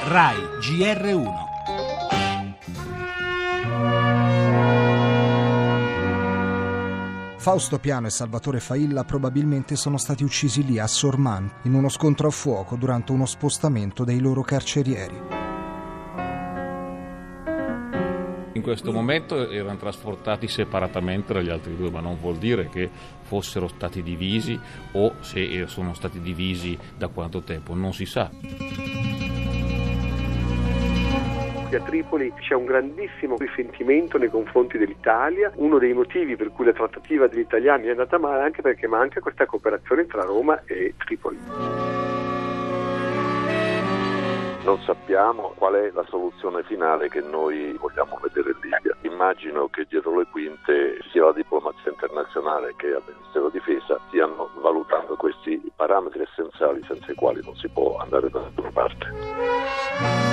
RAI GR1. Fausto Piano e Salvatore Failla probabilmente sono stati uccisi lì a Sorman, in uno scontro a fuoco durante uno spostamento dei loro carcerieri. In questo momento erano trasportati separatamente dagli altri due, ma non vuol dire che fossero stati divisi o se sono stati divisi da quanto tempo, non si sa. A Tripoli c'è un grandissimo risentimento nei confronti dell'Italia, uno dei motivi per cui la trattativa degli italiani è andata male anche perché manca questa cooperazione tra Roma e Tripoli. Non sappiamo qual è la soluzione finale che noi vogliamo vedere in Libia. Immagino che dietro le quinte sia la diplomazia internazionale che il Ministero della Difesa stiano valutando questi parametri essenziali senza i quali non si può andare da nessuna parte.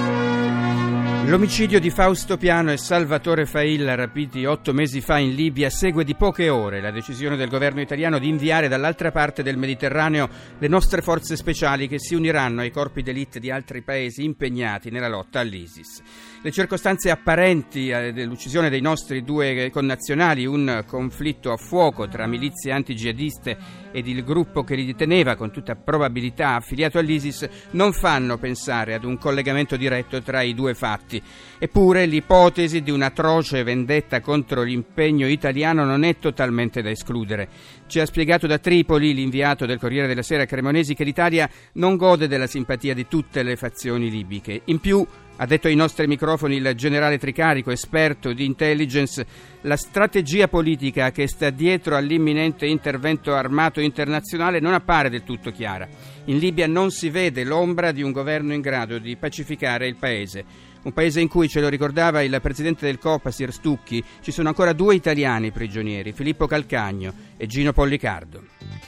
L'omicidio di Fausto Piano e Salvatore Failla, rapiti 8 mesi fa in Libia, segue di poche ore la decisione del governo italiano di inviare dall'altra parte del Mediterraneo le nostre forze speciali che si uniranno ai corpi d'élite di altri paesi impegnati nella lotta all'ISIS. Le circostanze apparenti dell'uccisione dei nostri due connazionali, un conflitto a fuoco tra milizie anti-jihadiste ed il gruppo che li deteneva, con tutta probabilità affiliato all'ISIS, non fanno pensare ad un collegamento diretto tra i due fatti. Eppure l'ipotesi di un'atroce vendetta contro l'impegno italiano non è totalmente da escludere. Ci ha spiegato da Tripoli l'inviato del Corriere della Sera Cremonesi che l'Italia non gode della simpatia di tutte le fazioni libiche. In più, ha detto ai nostri microfoni il generale Tricarico, esperto di intelligence, la strategia politica che sta dietro all'imminente intervento armato internazionale non appare del tutto chiara. In Libia non si vede l'ombra di un governo in grado di pacificare il paese. Un paese in cui, ce lo ricordava il presidente del Copasir Stucchi, ci sono ancora 2 italiani prigionieri, Filippo Calcagno e Gino Pollicardo.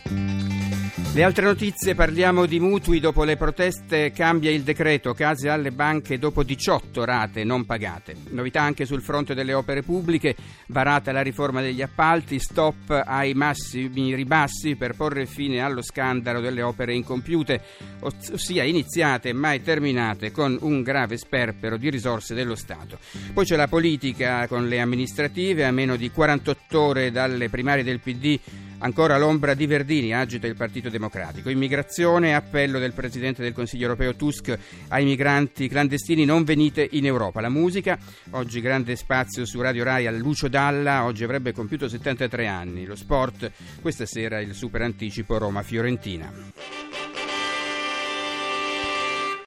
Le altre notizie, parliamo di mutui. Dopo le proteste cambia il decreto, case alle banche dopo 18 rate non pagate. Novità anche sul fronte delle opere pubbliche, varata la riforma degli appalti, stop ai massimi ribassi per porre fine allo scandalo delle opere incompiute, ossia iniziate e mai terminate con un grave sperpero di risorse dello Stato. Poi c'è la politica con le amministrative, a meno di 48 ore dalle primarie del PD. Ancora l'ombra di Verdini agita il Partito Democratico. Immigrazione, appello del Presidente del Consiglio europeo Tusk ai migranti clandestini: non venite in Europa. La musica, oggi grande spazio su Radio Rai a Lucio Dalla, oggi avrebbe compiuto 73 anni. Lo sport, questa sera il super anticipo Roma-Fiorentina.